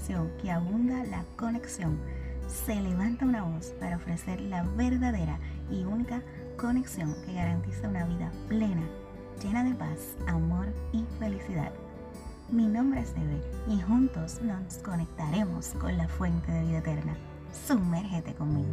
generación que abunda la conexión, se levanta una voz para ofrecer la verdadera y única conexión que garantiza una vida plena, llena de paz, amor y felicidad. Mi nombre es Eve y juntos nos conectaremos con la fuente de vida eterna. Sumérgete conmigo.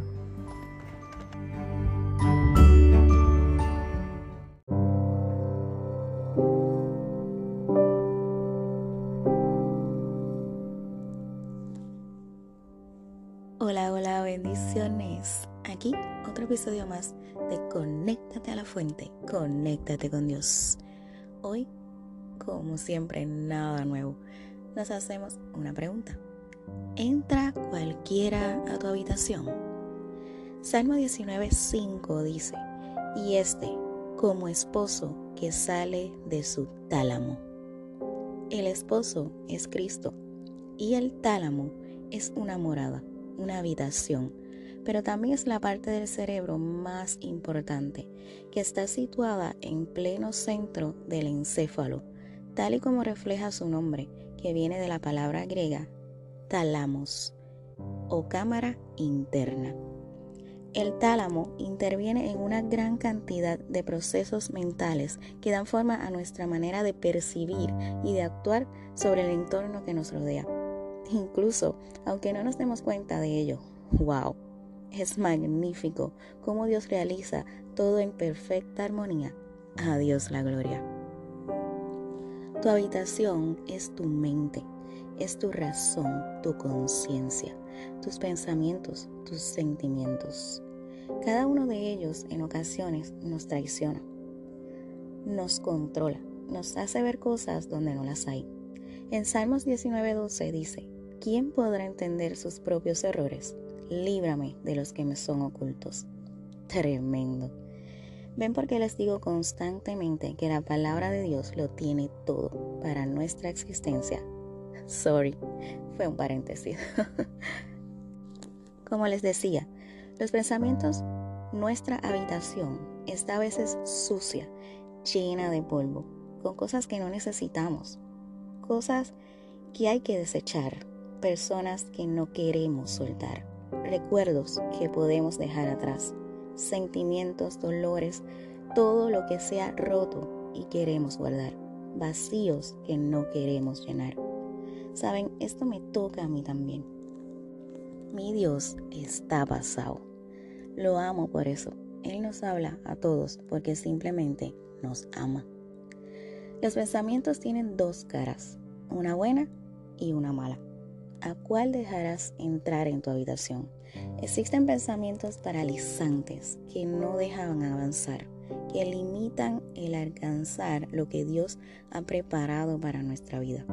Hola, bendiciones. Aquí otro episodio más de Conéctate a la fuente, conéctate con Dios. Hoy, como siempre, nada nuevo. Nos hacemos una pregunta. ¿Entra cualquiera a tu habitación? Salmo 19:5 dice, y como esposo que sale de su tálamo. El esposo es Cristo y el tálamo es una morada, una habitación, pero también es la parte del cerebro más importante, que está situada en pleno centro del encéfalo, tal y como refleja su nombre, que viene de la palabra griega tálamos o cámara interna. El tálamo interviene en una gran cantidad de procesos mentales que dan forma a nuestra manera de percibir y de actuar sobre el entorno que nos rodea. Incluso, aunque no nos demos cuenta de ello, ¡wow! Es magnífico cómo Dios realiza todo en perfecta armonía. A Dios la gloria. Tu habitación es tu mente, es tu razón, tu conciencia, tus pensamientos, tus sentimientos. Cada uno de ellos en ocasiones nos traiciona, nos controla, nos hace ver cosas donde no las hay. En Salmos 19:12 dice, ¿quién podrá entender sus propios errores? Líbrame de los que me son ocultos. Tremendo. ¿Ven por qué les digo constantemente que la palabra de Dios lo tiene todo para nuestra existencia? Sorry, fue un paréntesis. Como les decía, los pensamientos, nuestra habitación está a veces sucia, llena de polvo, con cosas que no necesitamos, cosas que hay que desechar, personas que no queremos soltar, recuerdos que podemos dejar atrás, sentimientos, dolores, todo lo que sea roto y queremos guardar, vacíos que no queremos llenar. Saben, esto me toca a mí también. Mi Dios está pasado. Lo amo por eso. Él nos habla a todos porque simplemente nos ama. Los pensamientos tienen dos caras, una buena y una mala. ¿A cuál dejarás entrar en tu habitación? Existen pensamientos paralizantes que no dejan avanzar, que limitan el alcanzar lo que Dios ha preparado para nuestra vida.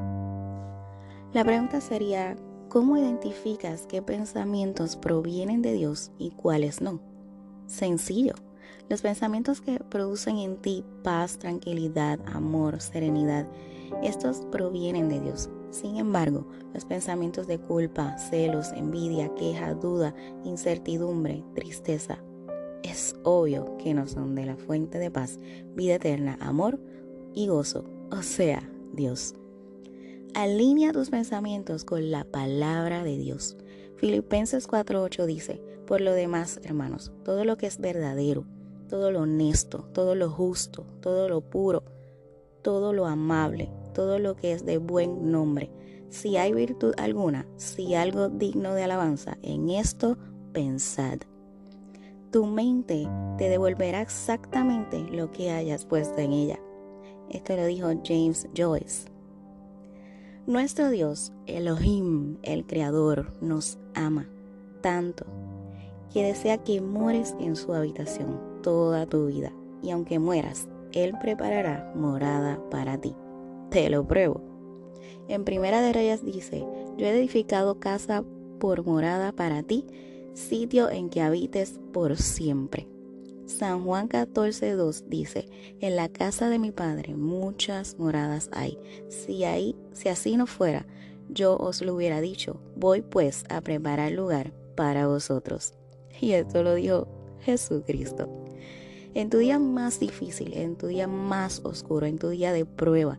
La pregunta sería, ¿cómo identificas qué pensamientos provienen de Dios y cuáles no? Sencillo. Los pensamientos que producen en ti paz, tranquilidad, amor, serenidad, estos provienen de Dios. Sin embargo, los pensamientos de culpa, celos, envidia, queja, duda, incertidumbre, tristeza, es obvio que no son de la fuente de paz, vida eterna, amor y gozo, o sea, Dios. Alinea tus pensamientos con la palabra de Dios. Filipenses 4:8 dice, por lo demás, hermanos, todo lo que es verdadero, todo lo honesto, todo lo justo, todo lo puro, todo lo amable, todo lo que es de buen nombre, si hay virtud alguna, si algo digno de alabanza, en esto pensad. Tu mente te devolverá exactamente lo que hayas puesto en ella. Esto lo dijo James Joyce. Nuestro Dios, Elohim, el Creador, nos ama tanto que desea que mores en su habitación toda tu vida. Y aunque mueras, Él preparará morada para ti. Te lo pruebo. En Primera de Reyes dice, yo he edificado casa por morada para ti, sitio en que habites por siempre. San Juan 14:2 dice, en la casa de mi Padre muchas moradas hay. Si así no fuera, yo os lo hubiera dicho, voy pues a preparar lugar para vosotros. Y esto lo dijo Jesucristo. En tu día más difícil, en tu día más oscuro, en tu día de prueba,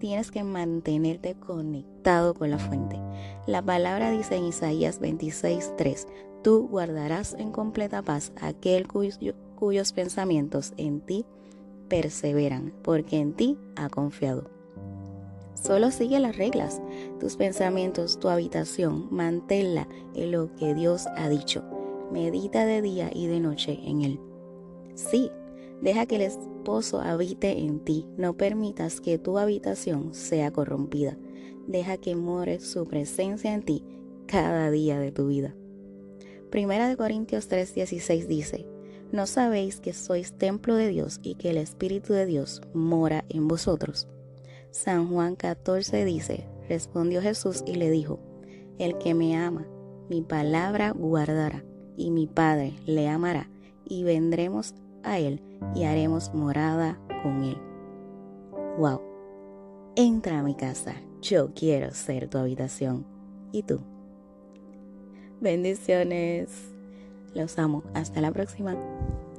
tienes que mantenerte conectado con la fuente. La palabra dice en Isaías 26:3, tú guardarás en completa paz aquel cuyos pensamientos en ti perseveran, porque en ti ha confiado. Solo sigue las reglas, tus pensamientos, tu habitación, manténla en lo que Dios ha dicho. Medita de día y de noche en él. Sí, deja que el esposo habite en ti. No permitas que tu habitación sea corrompida. Deja que more su presencia en ti cada día de tu vida. 1 Corintios 3:16 dice, ¿no sabéis que sois templo de Dios y que el Espíritu de Dios mora en vosotros? San Juan 14 dice, respondió Jesús y le dijo, el que me ama, mi palabra guardará, y mi Padre le amará, y vendremos a él y haremos morada con él. ¡Wow! Entra a mi casa, yo quiero ser tu habitación. ¿Y tú? Bendiciones. Los amo. Hasta la próxima.